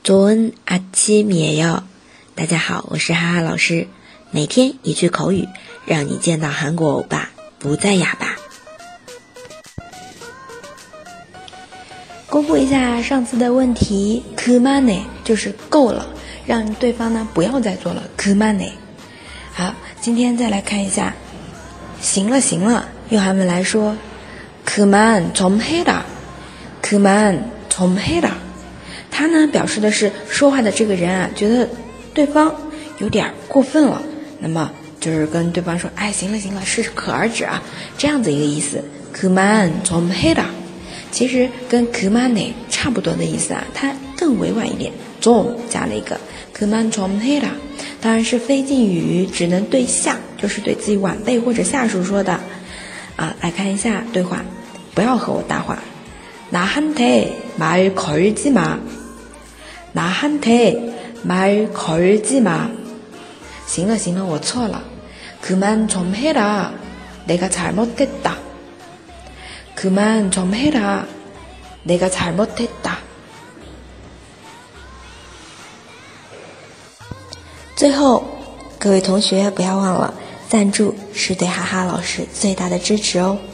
좋은 아침이에요。大家好，我是哈哈老师，每天一句口语，让你见到韩国欧巴不再哑巴。公布一下上次的问题，그만해就是够了，让对方呢不要再做了，그만해。好，今天再来看一下，行了行了，用韩文来说，그만 좀 해라，그만 좀 해라。他呢表示的是说话的这个人啊，觉得对方有点过分了，那么就是跟对方说，哎，行了行了，适可而止啊，这样子一个意思。그만 좀 해라，其实跟그만해差不多的意思啊，它更委婉一点，좀加了一个그만 좀 해라，当然是非敬语，只能对下，就是对自己晚辈或者下属说的啊。来看一下对话，不要和我搭话。나한테 말 걸지 마， 나한테 말 걸지 마。 行了行了，我错了。그만 좀 해라， 내가 잘못했다。 그만 좀 해라， 내가 잘못했다。 最后，各位同学不要忘了，赞助是对哈哈老师最大的支持哦。